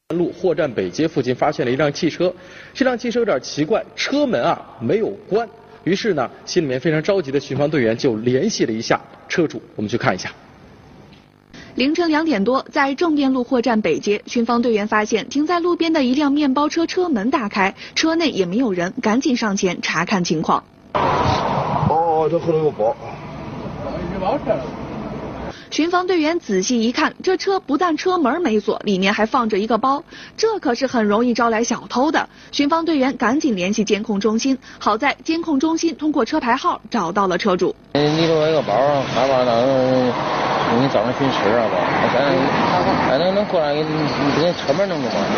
路货站北街附近发现了一辆汽车，这辆汽车有点奇怪，车门没有关。于是呢，心里面非常着急的巡防队员就联系了一下车主。我们去看一下。 凌晨2点多，在正便路货站北街，巡防队员发现停在路边的一辆面包车车门打开，车内也没有人，赶紧上前查看情况。 这后头有包。 巡防队员仔细一看，这车不但车门没锁，里面还放着一个包，这可是很容易招来小偷的。巡防队员赶紧联系监控中心，好在监控中心通过车牌号找到了车主。 里头有个包，害怕给你造成损失了吧？能过来给你车门弄过吗？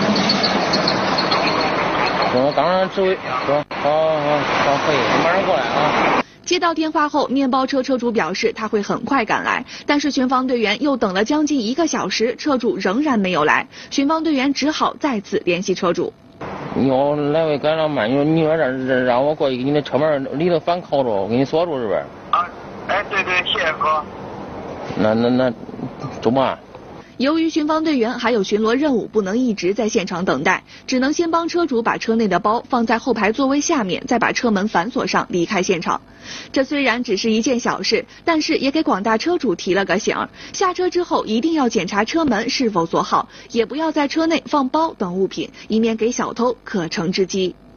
我刚刚指挥说，好，可以，你马上过来啊。 接到电话后，面包车车主表示他会很快赶来，但是巡防队员又等了将近1个小时，车主仍然没有来，巡防队员只好再次联系车主。 你要来回赶了慢，你说让我过去给你的车门里头反铐着，我给你锁住是不是？ 对，谢谢哥。 那怎么办？ 由于巡防队员还有巡逻任务，不能一直在现场等待，只能先帮车主把车内的包放在后排座位下面，再把车门反锁上离开现场。这虽然只是一件小事，但是也给广大车主提了个醒：下车之后一定要检查车门是否锁好，也不要在车内放包等物品，以免给小偷可乘之机。